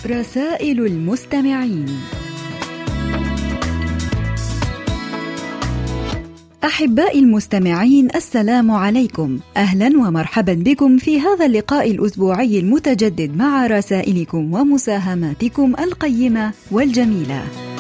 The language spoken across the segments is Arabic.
رسائل المستمعين. أحبائي المستمعين، السلام عليكم، أهلا ومرحبا بكم في هذا اللقاء الأسبوعي المتجدد مع رسائلكم ومساهماتكم القيمة والجميلة.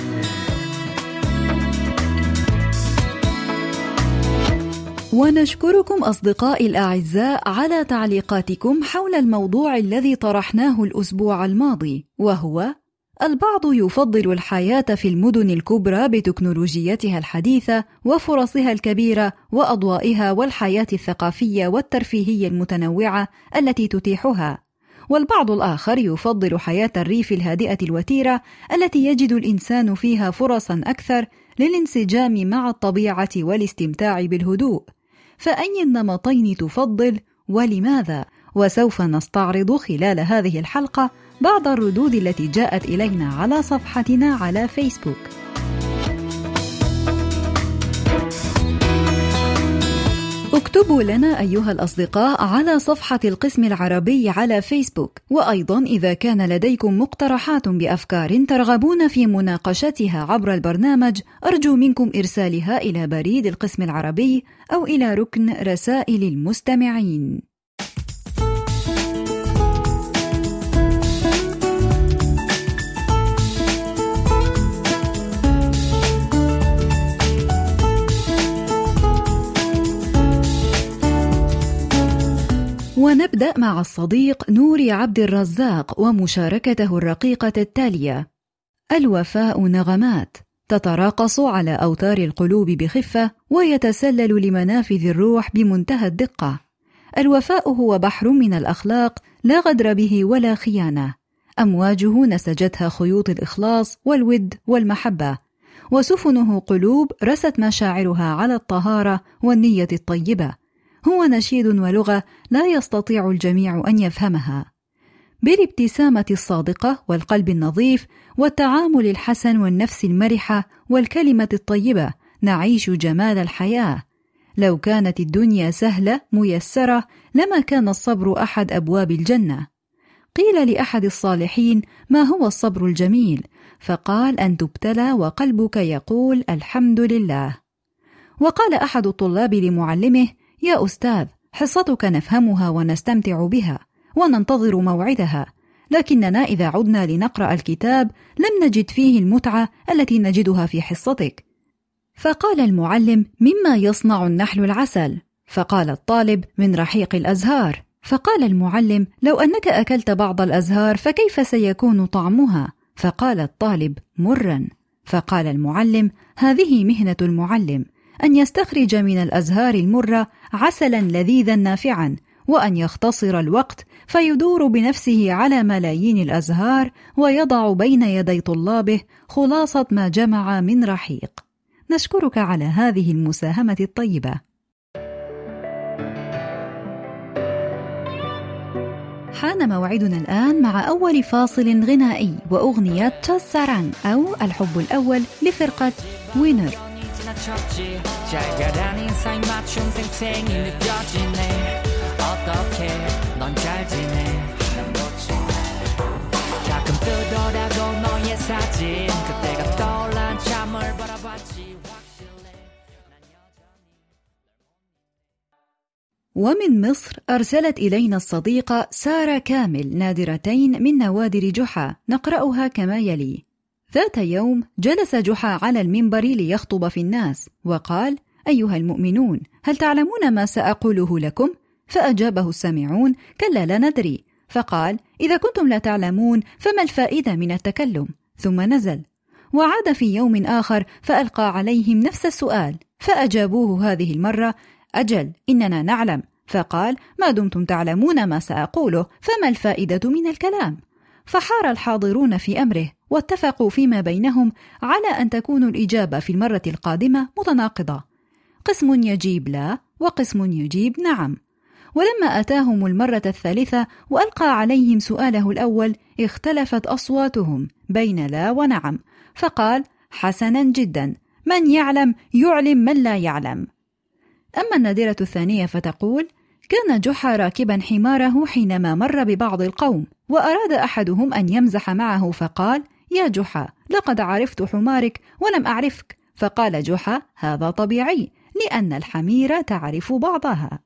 ونشكركم أصدقائي الأعزاء على تعليقاتكم حول الموضوع الذي طرحناه الأسبوع الماضي، وهو البعض يفضل الحياة في المدن الكبرى بتكنولوجيتها الحديثة وفرصها الكبيرة وأضوائها والحياة الثقافية والترفيهية المتنوعة التي تتيحها، والبعض الآخر يفضل حياة الريف الهادئة الوتيرة التي يجد الإنسان فيها فرصا أكثر للانسجام مع الطبيعة والاستمتاع بالهدوء. فأي النمطين تفضل ولماذا؟ وسوف نستعرض خلال هذه الحلقة بعض الردود التي جاءت إلينا على صفحتنا على فيسبوك. اكتبوا لنا أيها الأصدقاء على صفحة القسم العربي على فيسبوك، وأيضا إذا كان لديكم مقترحات بأفكار ترغبون في مناقشتها عبر البرنامج، أرجو منكم إرسالها إلى بريد القسم العربي أو إلى ركن رسائل المستمعين. ونبدأ مع الصديق نوري عبد الرزاق ومشاركته الرقيقة التالية: الوفاء نغمات تتراقص على أوتار القلوب بخفة ويتسلل لمنافذ الروح بمنتهى الدقة. الوفاء هو بحر من الأخلاق لا غدر به ولا خيانة، أمواجه نسجتها خيوط الإخلاص والود والمحبة، وسفنه قلوب رست مشاعرها على الطهارة والنية الطيبة. هو نشيد ولغة لا يستطيع الجميع أن يفهمها. بالابتسامة الصادقة والقلب النظيف والتعامل الحسن والنفس المرحة والكلمة الطيبة نعيش جمال الحياة. لو كانت الدنيا سهلة ميسرة لما كان الصبر أحد أبواب الجنة. قيل لأحد الصالحين: ما هو الصبر الجميل؟ فقال: أن تبتلى وقلبك يقول الحمد لله. وقال أحد الطلاب لمعلمه: يا أستاذ، حصتك نفهمها ونستمتع بها وننتظر موعدها، لكننا إذا عدنا لنقرأ الكتاب لم نجد فيه المتعة التي نجدها في حصتك. فقال المعلم: مما يصنع النحل العسل؟ فقال الطالب: من رحيق الأزهار. فقال المعلم: لو أنك أكلت بعض الأزهار فكيف سيكون طعمها؟ فقال الطالب: مرا. فقال المعلم: هذه مهنة المعلم، أن يستخرج من الأزهار المرة عسلا لذيذا نافعا، وأن يختصر الوقت فيدور بنفسه على ملايين الأزهار ويضع بين يدي طلابه خلاصة ما جمع من رحيق. نشكرك على هذه المساهمة الطيبة. حان موعدنا الآن مع أول فاصل غنائي وأغنية تشاساران أو الحب الأول لفرقة وينر. 잘가란 인생 맞춤 생생히 느껴지네. 어떻게 넌 잘 지내? 가끔 뜨더라도 너의 사진 그때가 떠올라 잠을 바라봤지 확실해. ومن مصر أرسلت إلينا الصديقة سارة كامل نادرتين من نوادر جحا، نقرأها كما يلي: ذات يوم جلس جحا على المنبر ليخطب في الناس وقال: أيها المؤمنون، هل تعلمون ما سأقوله لكم؟ فأجابه السامعون: كلا لا ندري. فقال: إذا كنتم لا تعلمون فما الفائدة من التكلم؟ ثم نزل وعاد في يوم آخر فألقى عليهم نفس السؤال، فأجابوه هذه المرة: أجل إننا نعلم. فقال: ما دمتم تعلمون ما سأقوله فما الفائدة من الكلام؟ فحار الحاضرون في أمره واتفقوا فيما بينهم على أن تكون الإجابة في المرة القادمة متناقضة، قسم يجيب لا وقسم يجيب نعم. ولما أتاهم المرة الثالثة وألقى عليهم سؤاله الأول اختلفت أصواتهم بين لا ونعم، فقال: حسنا جدا، من يعلم يعلم من لا يعلم. أما النادرة الثانية فتقول: كان جحا راكبا حماره حينما مر ببعض القوم، وأراد أحدهم أن يمزح معه فقال: يا جحا، لقد عرفت حمارك ولم أعرفك. فقال جحا: هذا طبيعي، لأن الحمير تعرف بعضها.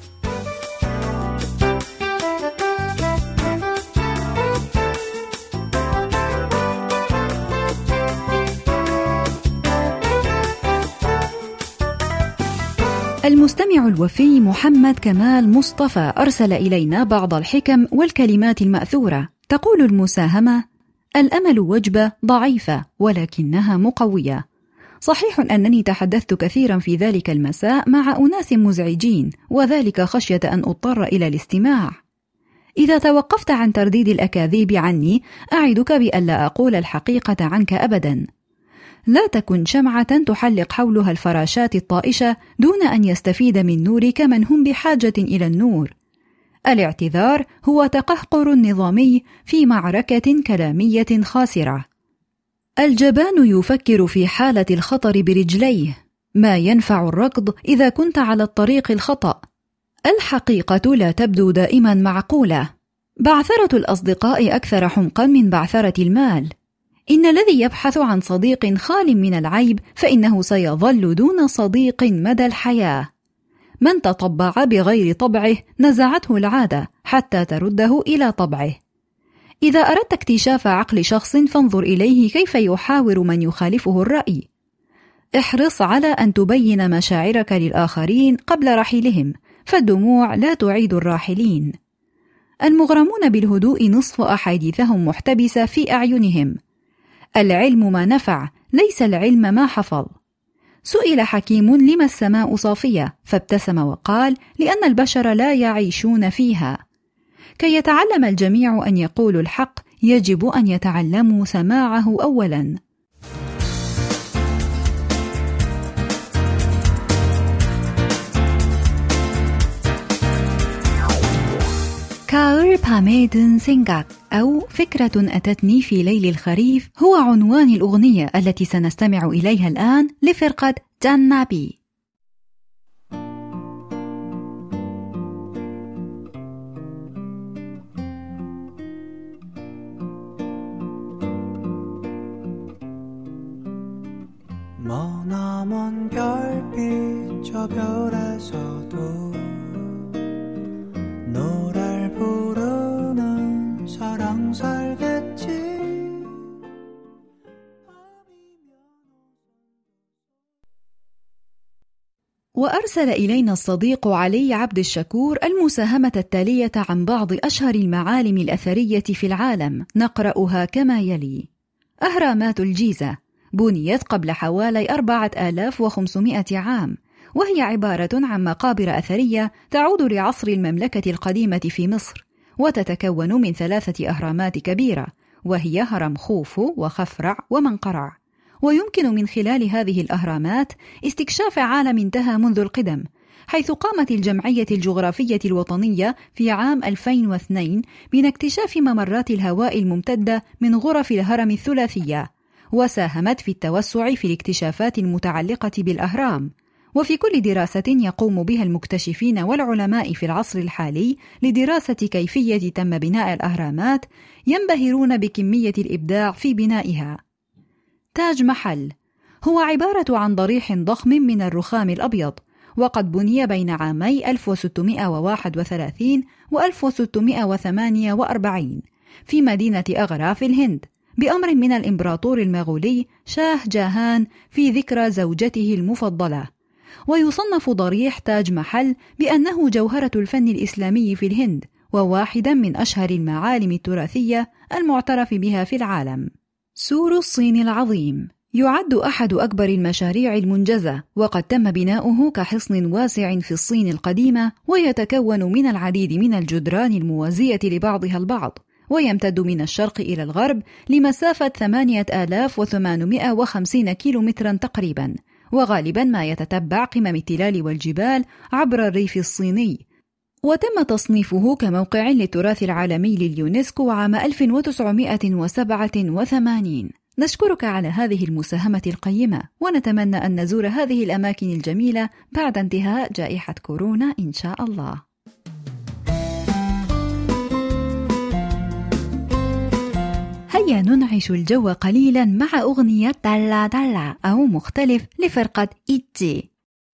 المستمع الوفي محمد كمال مصطفى أرسل إلينا بعض الحكم والكلمات المأثورة. تقول المساهمة: الأمل وجبة ضعيفة ولكنها مقوية. صحيح أنني تحدثت كثيرا في ذلك المساء مع أناس مزعجين، وذلك خشية أن أضطر إلى الاستماع. إذا توقفت عن ترديد الأكاذيب عني، أعدك بألا أقول الحقيقة عنك أبدا. لا تكن شمعة تحلق حولها الفراشات الطائشة دون أن يستفيد من نورك من هم بحاجة إلى النور. الاعتذار هو تقهقر نظامي في معركة كلامية خاسرة. الجبان يفكر في حالة الخطر برجليه، ما ينفع الركض إذا كنت على الطريق الخطأ. الحقيقة لا تبدو دائما معقولة. بعثرة الأصدقاء أكثر حمقا من بعثرة المال. إن الذي يبحث عن صديق خال من العيب فإنه سيظل دون صديق مدى الحياة. من تطبع بغير طبعه نزعته العادة حتى ترده إلى طبعه. إذا أردت اكتشاف عقل شخص فانظر إليه كيف يحاور من يخالفه الرأي. احرص على أن تبين مشاعرك للآخرين قبل رحيلهم، فالدموع لا تعيد الراحلين. المغرمون بالهدوء نصف أحاديثهم محتبسة في أعينهم. العلم ما نفع، ليس العلم ما حفظ. سئل حكيم: لما السماء صافية؟ فابتسم وقال: لأن البشر لا يعيشون فيها. كي يتعلم الجميع أن يقولوا الحق يجب أن يتعلموا سماعه أولا. 가을 밤에 든 생각 أو فكرة أتتني في ليل الخريف هو عنوان الأغنية التي سنستمع إليها الآن لفرقة 짠나비. 머나먼 별빛 저 별에서도 노래를 부르는 사랑 살겠지. وأرسل إلينا الصديق علي عبد الشكور المساهمة التالية عن بعض أشهر المعالم الأثرية في العالم، نقرأها كما يلي: أهرامات الجيزة بنيت قبل حوالي 4500 عام، وهي عبارة عن مقابر أثرية تعود لعصر المملكة القديمة في مصر، وتتكون من 3 أهرامات كبيرة، وهي هرم خوفو وخفرع ومنقرع. ويمكن من خلال هذه الأهرامات استكشاف عالم انتهى منذ القدم، حيث قامت الجمعية الجغرافية الوطنية في عام 2002 من اكتشاف ممرات الهواء الممتدة من غرف الهرم الثلاثية، وساهمت في التوسع في الاكتشافات المتعلقة بالأهرام. وفي كل دراسة يقوم بها المكتشفين والعلماء في العصر الحالي لدراسة كيفية تم بناء الأهرامات ينبهرون بكمية الإبداع في بنائها. تاج محل هو عبارة عن ضريح ضخم من الرخام الأبيض، وقد بني بين عامي 1631 و 1648 في مدينة أغرا في الهند بأمر من الإمبراطور المغولي شاه جاهان في ذكرى زوجته المفضلة. ويصنف ضريح تاج محل بأنه جوهرة الفن الإسلامي في الهند، وواحدا من أشهر المعالم التراثية المعترف بها في العالم. سور الصين العظيم يعد أحد أكبر المشاريع المنجزة، وقد تم بناؤه كحصن واسع في الصين القديمة، ويتكون من العديد من الجدران الموازية لبعضها البعض، ويمتد من الشرق إلى الغرب لمسافة 8850 كيلومترا تقريبا، وغالبا ما يتتبع قمم التلال والجبال عبر الريف الصيني. وتم تصنيفه كموقع للتراث العالمي لليونسكو عام 1987. نشكرك على هذه المساهمة القيمة، ونتمنى أن نزور هذه الأماكن الجميلة بعد انتهاء جائحة كورونا إن شاء الله. هيا ننعش الجو قليلا مع أغنية دالا دالا أو مختلف لفرقة إيتزي.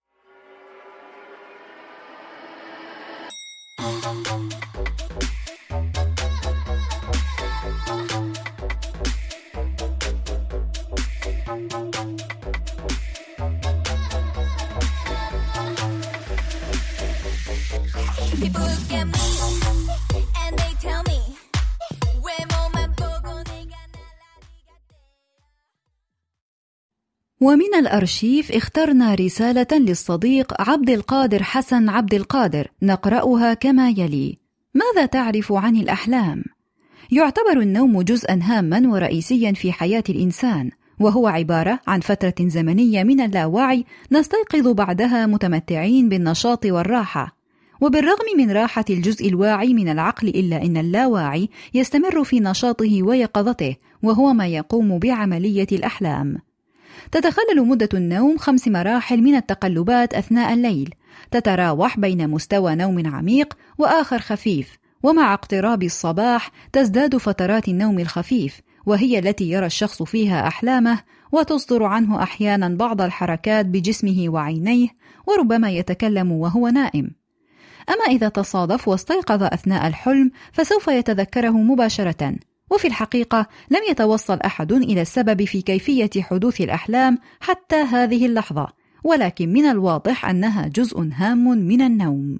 ومن الأرشيف اخترنا رسالة للصديق عبد القادر حسن عبد القادر نقرأها كما يلي: ماذا تعرف عن الأحلام؟ يعتبر النوم جزءا هاما ورئيسيا في حياة الإنسان، وهو عبارة عن فترة زمنية من اللاوعي نستيقظ بعدها متمتعين بالنشاط والراحة. وبالرغم من راحة الجزء الواعي من العقل إلا أن اللاواعي يستمر في نشاطه ويقظته، وهو ما يقوم بعملية الأحلام. تتخلل مدة النوم 5 مراحل من التقلبات أثناء الليل، تتراوح بين مستوى نوم عميق وآخر خفيف، ومع اقتراب الصباح تزداد فترات النوم الخفيف، وهي التي يرى الشخص فيها أحلامه، وتصدر عنه أحيانا بعض الحركات بجسمه وعينيه، وربما يتكلم وهو نائم. أما إذا تصادف واستيقظ أثناء الحلم فسوف يتذكره مباشرة. وفي الحقيقة لم يتوصل أحد إلى السبب في كيفية حدوث الأحلام حتى هذه اللحظة، ولكن من الواضح أنها جزء هام من النوم.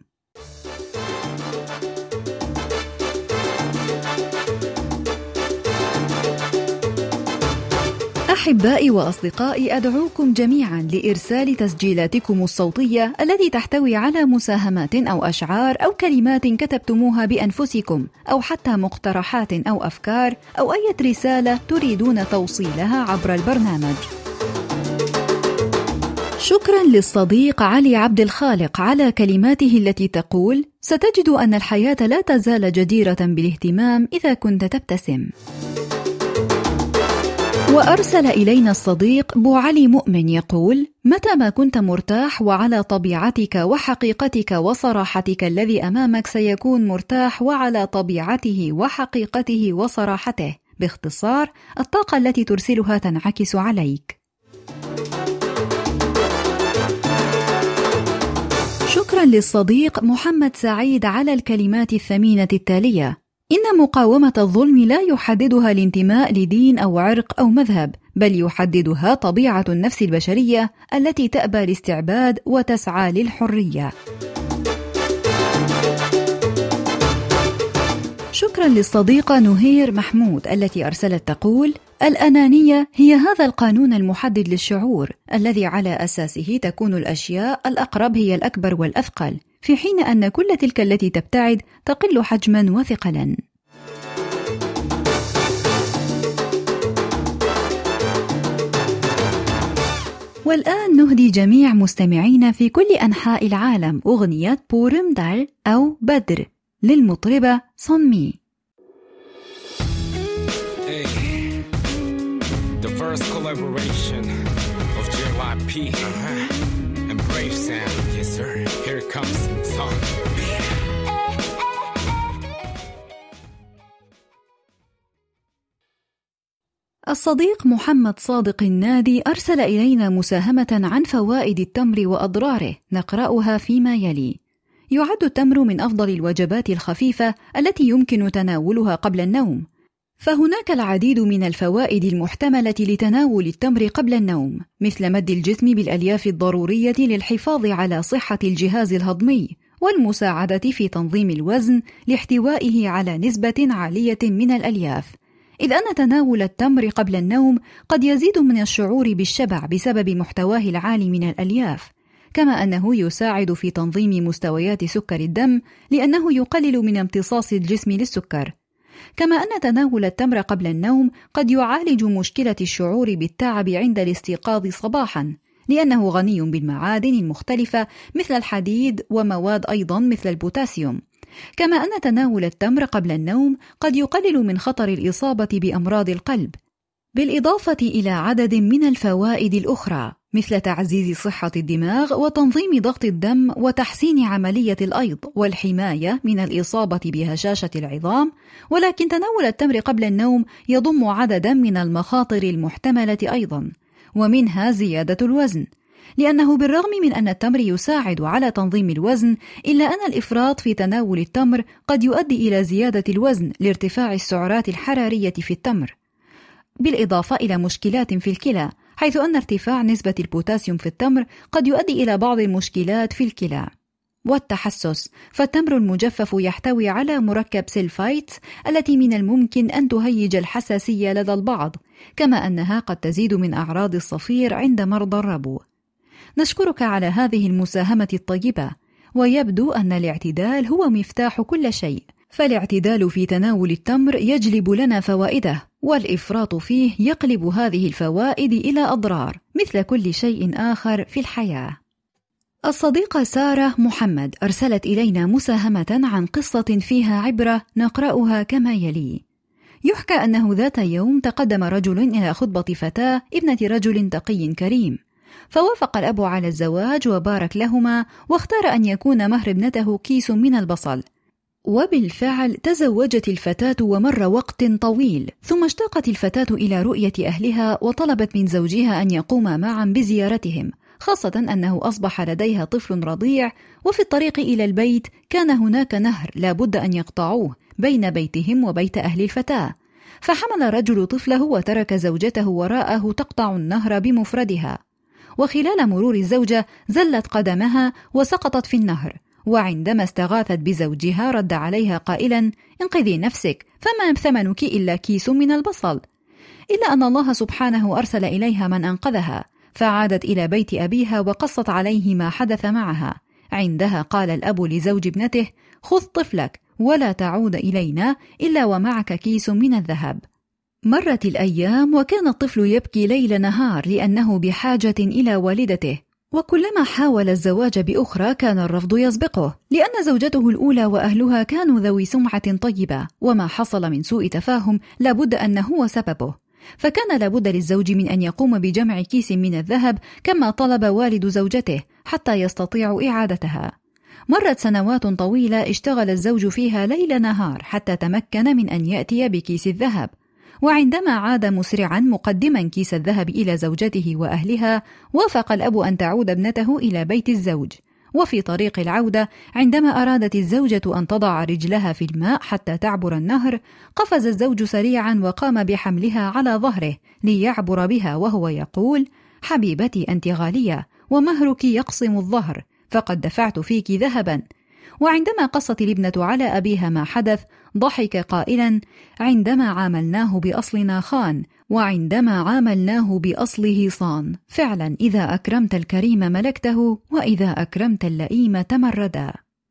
أحبائي وأصدقائي، أدعوكم جميعا لإرسال تسجيلاتكم الصوتية التي تحتوي على مساهمات أو أشعار أو كلمات كتبتموها بأنفسكم، أو حتى مقترحات أو أفكار أو أي رسالة تريدون توصيلها عبر البرنامج. شكرا للصديق علي عبد الخالق على كلماته التي تقول: ستجد أن الحياة لا تزال جديرة بالاهتمام إذا كنت تبتسم. وأرسل إلينا الصديق بو علي مؤمن يقول: متى ما كنت مرتاح وعلى طبيعتك وحقيقتك وصراحتك، الذي أمامك سيكون مرتاح وعلى طبيعته وحقيقته وصراحته. باختصار، الطاقة التي ترسلها تنعكس عليك. شكرا للصديق محمد سعيد على الكلمات الثمينة التالية: إن مقاومة الظلم لا يحددها الانتماء لدين أو عرق أو مذهب، بل يحددها طبيعة النفس البشرية التي تأبى الاستعباد وتسعى للحرية. شكرا للصديقة نهير محمود التي أرسلت تقول: الأنانية هي هذا القانون المحدد للشعور الذي على أساسه تكون الأشياء الأقرب هي الأكبر والأثقل، في حين أن كل تلك التي تبتعد تقل حجما وثقلا. والآن نهدي جميع مستمعينا في كل أنحاء العالم أغنية بورمدال أو بدر للمطربة صنمي. The first collaboration of JYP and Brave Sound. Yes sir, here comes Song. الصديق محمد صادق النادي أرسل إلينا مساهمة عن فوائد التمر وأضراره، نقرأها فيما يلي: يعد التمر من أفضل الوجبات الخفيفة التي يمكن تناولها قبل النوم، فهناك العديد من الفوائد المحتملة لتناول التمر قبل النوم، مثل مد الجسم بالألياف الضرورية للحفاظ على صحة الجهاز الهضمي، والمساعدة في تنظيم الوزن لاحتوائه على نسبة عالية من الألياف، إذ أن تناول التمر قبل النوم قد يزيد من الشعور بالشبع بسبب محتواه العالي من الألياف، كما أنه يساعد في تنظيم مستويات سكر الدم لأنه يقلل من امتصاص الجسم للسكر. كما أن تناول التمر قبل النوم قد يعالج مشكلة الشعور بالتعب عند الاستيقاظ صباحا، لأنه غني بالمعادن المختلفة مثل الحديد ومواد أيضا مثل البوتاسيوم. كما أن تناول التمر قبل النوم قد يقلل من خطر الإصابة بأمراض القلب، بالإضافة إلى عدد من الفوائد الأخرى، مثل تعزيز صحة الدماغ وتنظيم ضغط الدم وتحسين عملية الأيض والحماية من الإصابة بهشاشة العظام، ولكن تناول التمر قبل النوم يضم عددا من المخاطر المحتملة أيضا، ومنها زيادة الوزن، لأنه بالرغم من أن التمر يساعد على تنظيم الوزن، إلا أن الإفراط في تناول التمر قد يؤدي إلى زيادة الوزن لارتفاع السعرات الحرارية في التمر، بالإضافة إلى مشكلات في الكلى، حيث أن ارتفاع نسبة البوتاسيوم في التمر قد يؤدي إلى بعض المشكلات في الكلى. والتحسس، فالتمر المجفف يحتوي على مركب سيلفايت التي من الممكن أن تهيج الحساسية لدى البعض، كما أنها قد تزيد من أعراض الصفير عند مرضى الربو. نشكرك على هذه المساهمة الطيبة، ويبدو أن الاعتدال هو مفتاح كل شيء، فالاعتدال في تناول التمر يجلب لنا فوائده، والإفراط فيه يقلب هذه الفوائد إلى أضرار مثل كل شيء آخر في الحياة. الصديقة سارة محمد أرسلت إلينا مساهمة عن قصة فيها عبرة نقرأها كما يلي: يحكى أنه ذات يوم تقدم رجل إلى خطبة فتاة ابنة رجل تقي كريم، فوافق الأب على الزواج وبارك لهما، واختار أن يكون مهر ابنته كيس من البصل. وبالفعل تزوجت الفتاة ومر وقت طويل، ثم اشتاقت الفتاة إلى رؤية أهلها وطلبت من زوجها أن يقوم معا بزيارتهم، خاصة أنه أصبح لديها طفل رضيع، وفي الطريق إلى البيت كان هناك نهر لا بد أن يقطعوه بين بيتهم وبيت أهل الفتاة، فحمل الرجل طفله وترك زوجته وراءه تقطع النهر بمفردها، وخلال مرور الزوجة زلت قدمها وسقطت في النهر، وعندما استغاثت بزوجها رد عليها قائلا: انقذي نفسك، فما ثمنك إلا كيس من البصل. إلا أن الله سبحانه أرسل إليها من أنقذها، فعادت إلى بيت أبيها وقصت عليه ما حدث معها. عندها قال الأب لزوج ابنته: خذ طفلك ولا تعود إلينا إلا ومعك كيس من الذهب. مرت الأيام وكان الطفل يبكي ليل نهار لأنه بحاجة إلى والدته، وكلما حاول الزواج بأخرى كان الرفض يسبقه، لأن زوجته الأولى وأهلها كانوا ذوي سمعة طيبة، وما حصل من سوء تفاهم لابد أن هو سببه، فكان لابد للزوج من أن يقوم بجمع كيس من الذهب كما طلب والد زوجته حتى يستطيع إعادتها. مرت سنوات طويلة اشتغل الزوج فيها ليل نهار حتى تمكن من أن يأتي بكيس الذهب، وعندما عاد مسرعا مقدما كيس الذهب إلى زوجته وأهلها، وافق الأب أن تعود ابنته إلى بيت الزوج. وفي طريق العودة عندما أرادت الزوجة أن تضع رجلها في الماء حتى تعبر النهر، قفز الزوج سريعا وقام بحملها على ظهره ليعبر بها وهو يقول: حبيبتي أنت غالية ومهرك يقصم الظهر، فقد دفعت فيك ذهبا. وعندما قصت الابنة على أبيها ما حدث ضحك قائلا: عندما عاملناه بأصلنا خان، وعندما عاملناه بأصله صان. فعلا إذا أكرمت الكريم ملكته، وإذا أكرمت اللئيم تمردا.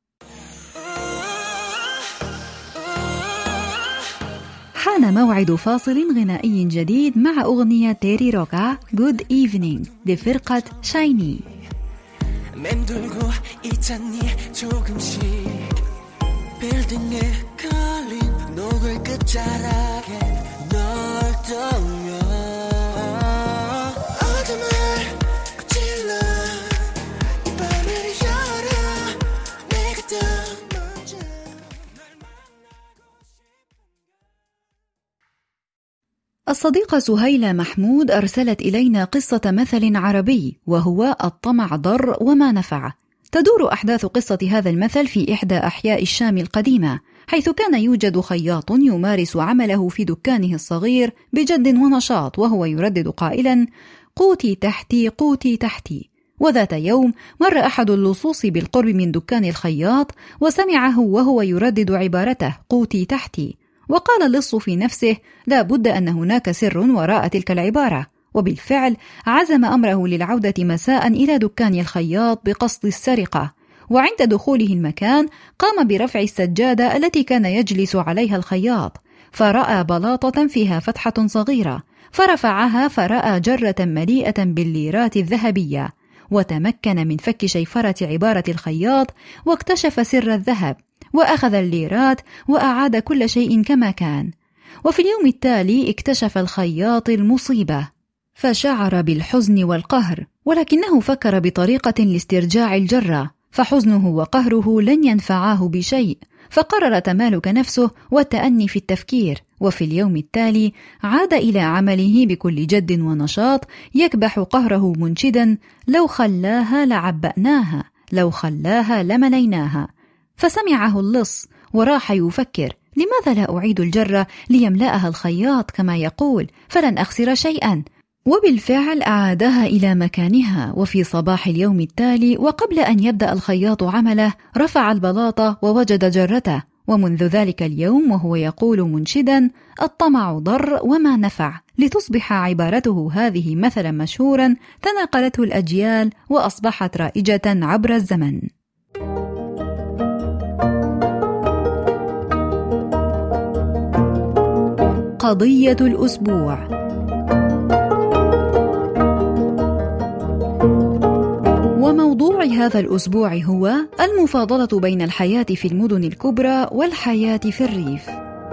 حان موعد فاصل غنائي جديد مع أغنية تيري روكا Good Evening لفرقة شايني. 맴돌고 있잖니 조금씩 빌딩에 걸린 녹을 끝자락에 널 떠올려 어둠을 찔러 이 밤을 열어 내가 더 먼저 الصديقة سهيلة محمود أرسلت إلينا قصة مثل عربي، وهو الطمع ضر وما نفع. تدور أحداث قصة هذا المثل في إحدى أحياء الشام القديمة، حيث كان يوجد خياط يمارس عمله في دكانه الصغير بجد ونشاط، وهو يردد قائلا: قوتي تحتي قوتي تحتي. وذات يوم مر أحد اللصوص بالقرب من دكان الخياط وسمعه وهو يردد عبارته قوتي تحتي، وقال اللص في نفسه: لا بد أن هناك سر وراء تلك العبارة. وبالفعل عزم أمره للعودة مساء إلى دكان الخياط بقصد السرقة، وعند دخوله المكان قام برفع السجادة التي كان يجلس عليها الخياط، فرأى بلاطة فيها فتحة صغيرة، فرفعها فرأى جرة مليئة بالليرات الذهبية، وتمكن من فك شيفرة عبارة الخياط واكتشف سر الذهب، وأخذ الليرات وأعاد كل شيء كما كان. وفي اليوم التالي اكتشف الخياط المصيبة، فشعر بالحزن والقهر، ولكنه فكر بطريقة لاسترجاع الجرة، فحزنه وقهره لن ينفعاه بشيء، فقرر تمالك نفسه والتأني في التفكير. وفي اليوم التالي عاد إلى عمله بكل جد ونشاط، يكبح قهره منشدا: لو خلاها لعبأناها، لو خلاها لمليناها. فسمعه اللص وراح يفكر: لماذا لا أعيد الجرة ليملأها الخياط كما يقول، فلن أخسر شيئا. وبالفعل أعادها إلى مكانها. وفي صباح اليوم التالي وقبل أن يبدأ الخياط عمله رفع البلاطة ووجد جرته، ومنذ ذلك اليوم وهو يقول منشدا: الطمع ضر وما نفع، لتصبح عبارته هذه مثلا مشهورا تناقلته الأجيال وأصبحت رائجة عبر الزمن. قضية الأسبوع. وموضوع هذا الأسبوع هو المفاضلة بين الحياة في المدن الكبرى والحياة في الريف.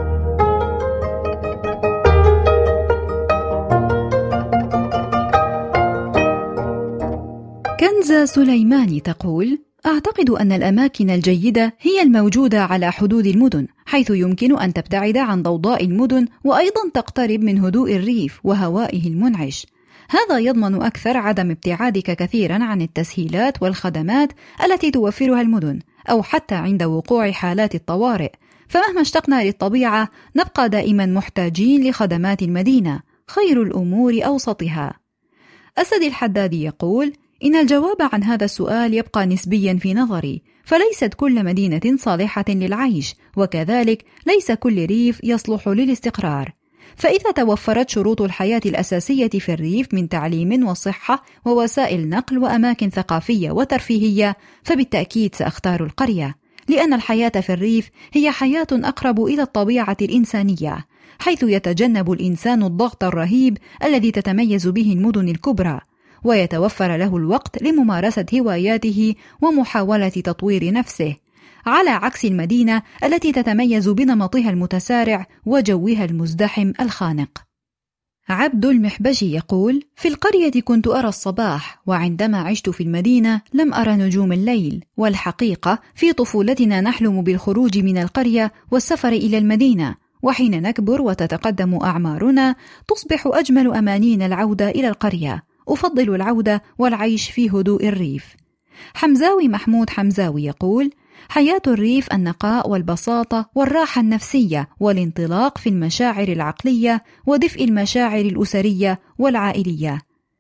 كنزة سليماني تقول: أعتقد أن الأماكن الجيدة هي الموجودة على حدود المدن، حيث يمكن أن تبتعد عن ضوضاء المدن وأيضا تقترب من هدوء الريف وهوائه المنعش. هذا يضمن أكثر عدم ابتعادك كثيرا عن التسهيلات والخدمات التي توفرها المدن، أو حتى عند وقوع حالات الطوارئ. فمهما اشتقنا للطبيعة نبقى دائما محتاجين لخدمات المدينة، خير الأمور أوسطها. أسد الحدادي يقول: إن الجواب عن هذا السؤال يبقى نسبيا في نظري، فليست كل مدينة صالحة للعيش، وكذلك ليس كل ريف يصلح للاستقرار. فإذا توفرت شروط الحياة الأساسية في الريف من تعليم وصحة ووسائل نقل وأماكن ثقافية وترفيهية، فبالتأكيد سأختار القرية، لأن الحياة في الريف هي حياة أقرب إلى الطبيعة الإنسانية، حيث يتجنب الإنسان الضغط الرهيب الذي تتميز به المدن الكبرى، ويتوفر له الوقت لممارسة هواياته ومحاولة تطوير نفسه، على عكس المدينة التي تتميز بنمطها المتسارع وجوها المزدحم الخانق. عبد المحبجي يقول: في القرية كنت أرى الصباح، وعندما عشت في المدينة لم أرى نجوم الليل. والحقيقة في طفولتنا نحلم بالخروج من القرية والسفر إلى المدينة، وحين نكبر وتتقدم أعمارنا تصبح أجمل أمانينا العودة إلى القرية. أفضل العودة والعيش في هدوء الريف. حمزاوي محمود حمزاوي يقول: حياة الريف النقاء والبساطة والراحة النفسية والانطلاق في المشاعر العقلية ودفء المشاعر الأسرية والعائلية.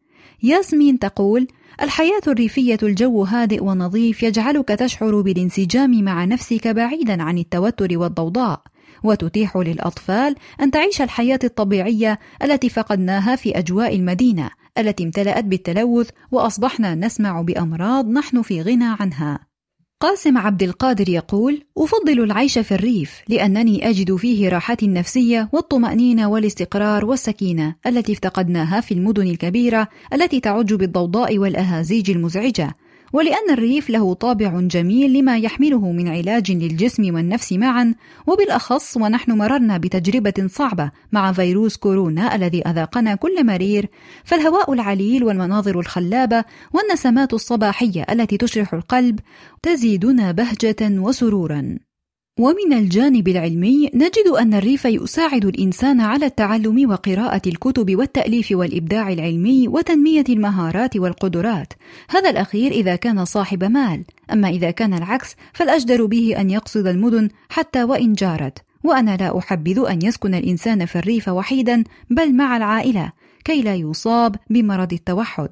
ياسمين تقول: الحياة الريفية الجو هادئ ونظيف يجعلك تشعر بالانسجام مع نفسك بعيدا عن التوتر والضوضاء، وتتيح للأطفال أن تعيش الحياة الطبيعية التي فقدناها في أجواء المدينة التي امتلأت بالتلوث وأصبحنا نسمع بأمراض نحن في غنى عنها. قاسم عبد القادر يقول: أفضل العيش في الريف لأنني أجد فيه راحتي النفسية والطمأنينة والاستقرار والسكينة التي افتقدناها في المدن الكبيرة التي تعج بالضوضاء والأهازيج المزعجة، ولأن الريف له طابع جميل لما يحمله من علاج للجسم والنفس معا، وبالأخص ونحن مررنا بتجربة صعبة مع فيروس كورونا الذي أذاقنا كل مرير، فالهواء العليل والمناظر الخلابة والنسمات الصباحية التي تشرح القلب تزيدنا بهجة وسرورا. ومن الجانب العلمي نجد أن الريف يساعد الإنسان على التعلم وقراءة الكتب والتأليف والإبداع العلمي وتنمية المهارات والقدرات، هذا الأخير إذا كان صاحب مال. أما إذا كان العكس فالأجدر به أن يقصد المدن حتى وإن جارت. وأنا لا أحبذ أن يسكن الإنسان في الريف وحيدا، بل مع العائلة كي لا يصاب بمرض التوحد.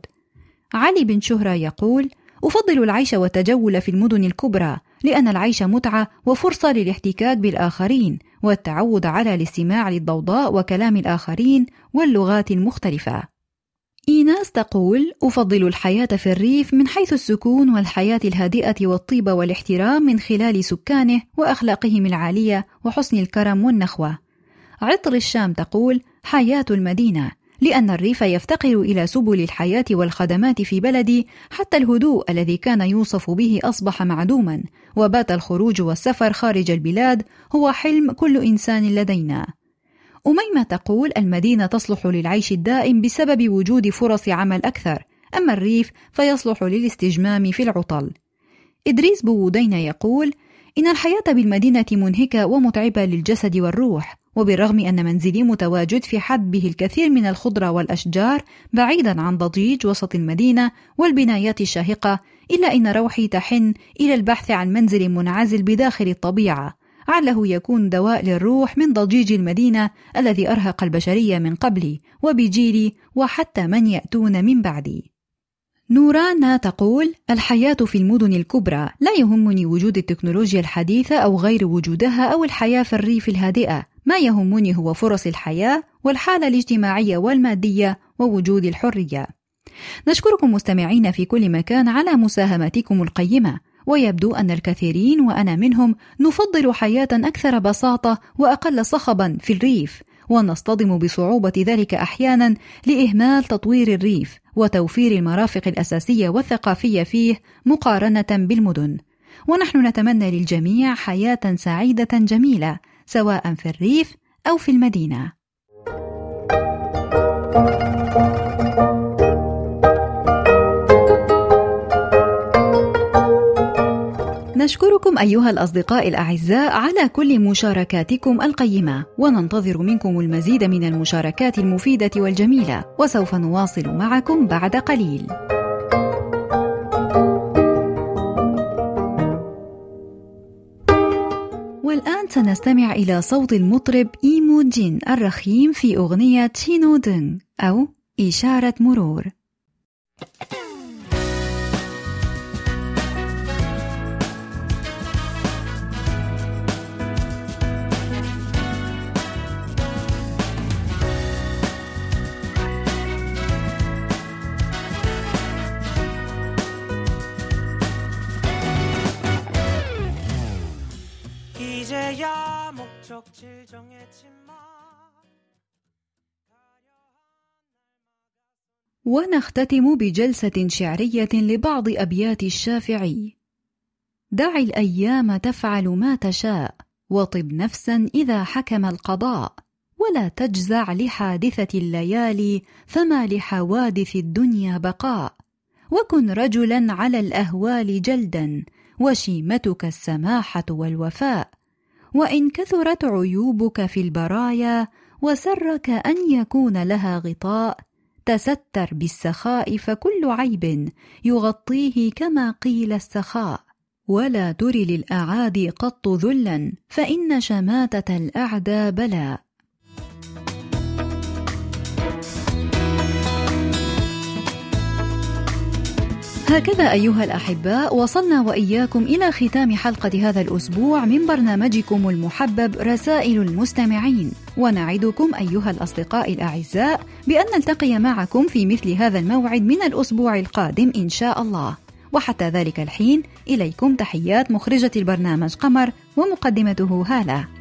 علي بن شهرة يقول: أفضل العيش والتجول في المدن الكبرى لأن العيش متعة وفرصة للاحتكاك بالآخرين والتعود على الاستماع للضوضاء وكلام الآخرين واللغات المختلفة. إيناس تقول: أفضل الحياة في الريف من حيث السكون والحياة الهادئة والطيبة والاحترام من خلال سكانه وأخلاقهم العالية وحسن الكرم والنخوة. عطر الشام تقول: حياة المدينة، لأن الريف يفتقر إلى سبل الحياة والخدمات في بلدي، حتى الهدوء الذي كان يوصف به أصبح معدوما، وبات الخروج والسفر خارج البلاد هو حلم كل إنسان لدينا. أميمة تقول المدينة تصلح للعيش الدائم بسبب وجود فرص عمل أكثر، أما الريف فيصلح للاستجمام في العطل. إدريس بوودين يقول إن الحياة بالمدينة منهكة ومتعبة للجسد والروح، وبالرغم أن منزلي متواجد في حدبه الكثير من الخضرة والأشجار بعيدا عن ضجيج وسط المدينة والبنايات الشاهقة، إلا إن روحي تحن إلى البحث عن منزل منعزل بداخل الطبيعة، عله يكون دواء للروح من ضجيج المدينة الذي أرهق البشرية من قبلي وبجيلي وحتى من يأتون من بعدي. نورانا تقول الحياة في المدن الكبرى، لا يهمني وجود التكنولوجيا الحديثة أو غير وجودها أو الحياة في الريف الهادئة، ما يهمني هو فرص الحياة والحالة الاجتماعية والمادية ووجود الحرية. نشكركم مستمعين في كل مكان على مساهمتكم القيمة، ويبدو أن الكثيرين وأنا منهم نفضل حياة أكثر بساطة وأقل صخبا في الريف، ونصطدم بصعوبة ذلك أحيانا لإهمال تطوير الريف وتوفير المرافق الأساسية والثقافية فيه مقارنة بالمدن. ونحن نتمنى للجميع حياة سعيدة جميلة سواء في الريف أو في المدينة. نشكركم أيها الأصدقاء الأعزاء على كل مشاركاتكم القيمة، وننتظر منكم المزيد من المشاركات المفيدة والجميلة، وسوف نواصل معكم بعد قليل. والآن سنستمع إلى صوت المطرب إيمو جين الرخيم في أغنية شينو دن أو إشارة مرور. 이제야 목적지 정했지만. ونختتم بجلسة شعرية لبعض أبيات الشافعي: دع الأيام تفعل ما تشاء، وطب نفسا إذا حكم القضاء، ولا تجزع لحادثة الليالي، فما لحوادث الدنيا بقاء، وكن رجلا على الأهوال جلدا، وشيمتك السماحة والوفاء، وإن كثرت عيوبك في البرايا، وسرك أن يكون لها غطاء، تستر بالسخاء فكل عيب يغطيه كما قيل السخاء، ولا تر للأعادي قط ذلا، فإن شماتة الأعدى بلاء. هكذا أيها الأحباء وصلنا وإياكم إلى ختام حلقة هذا الأسبوع من برنامجكم المحبب رسائل المستمعين، ونعدكم أيها الأصدقاء الأعزاء بأن نلتقي معكم في مثل هذا الموعد من الأسبوع القادم إن شاء الله. وحتى ذلك الحين إليكم تحيات مخرجة البرنامج قمر ومقدمته هالة.